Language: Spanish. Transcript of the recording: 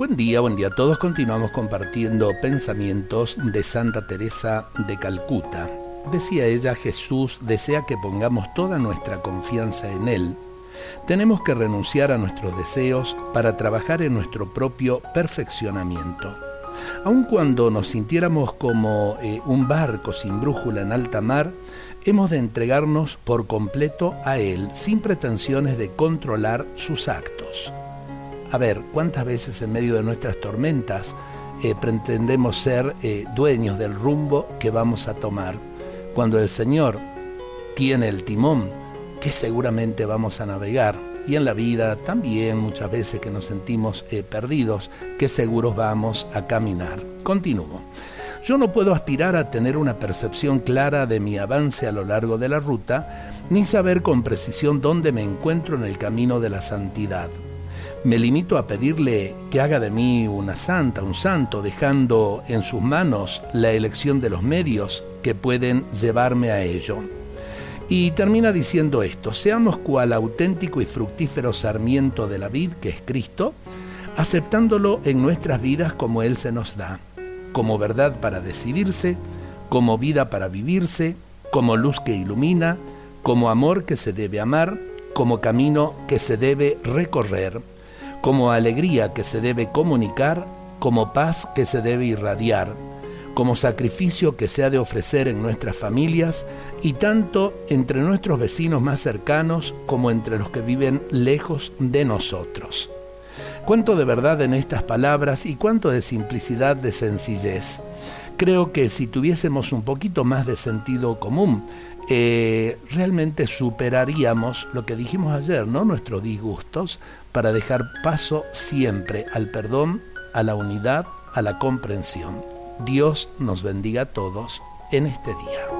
Buen día a todos. Continuamos compartiendo pensamientos de Santa Teresa de Calcuta. Decía ella, Jesús desea que pongamos toda nuestra confianza en Él. Tenemos que renunciar a nuestros deseos para trabajar en nuestro propio perfeccionamiento. Aun cuando nos sintiéramos como un barco sin brújula en alta mar, hemos de entregarnos por completo a Él, sin pretensiones de controlar sus actos. A ver, ¿cuántas veces en medio de nuestras tormentas pretendemos ser dueños del rumbo que vamos a tomar? Cuando el Señor tiene el timón, que seguramente vamos a navegar. Y en la vida también muchas veces que nos sentimos perdidos, que seguros vamos a caminar. Continúo. Yo no puedo aspirar a tener una percepción clara de mi avance a lo largo de la ruta, ni saber con precisión dónde me encuentro en el camino de la santidad. Me limito a pedirle que haga de mí una santa, un santo, dejando en sus manos la elección de los medios que pueden llevarme a ello. Y termina diciendo esto: seamos cual auténtico y fructífero sarmiento de la vid, que es Cristo, aceptándolo en nuestras vidas como Él se nos da, como verdad para decidirse, como vida para vivirse, como luz que ilumina, como amor que se debe amar, como camino que se debe recorrer, como alegría que se debe comunicar, como paz que se debe irradiar, como sacrificio que se ha de ofrecer en nuestras familias y tanto entre nuestros vecinos más cercanos como entre los que viven lejos de nosotros. Cuánto de verdad en estas palabras y cuánto de simplicidad, de sencillez. Creo que si tuviésemos un poquito más de sentido común, realmente superaríamos lo que dijimos ayer, ¿no? Nuestros disgustos, para dejar paso siempre al perdón, a la unidad, a la comprensión. Dios nos bendiga a todos en este día.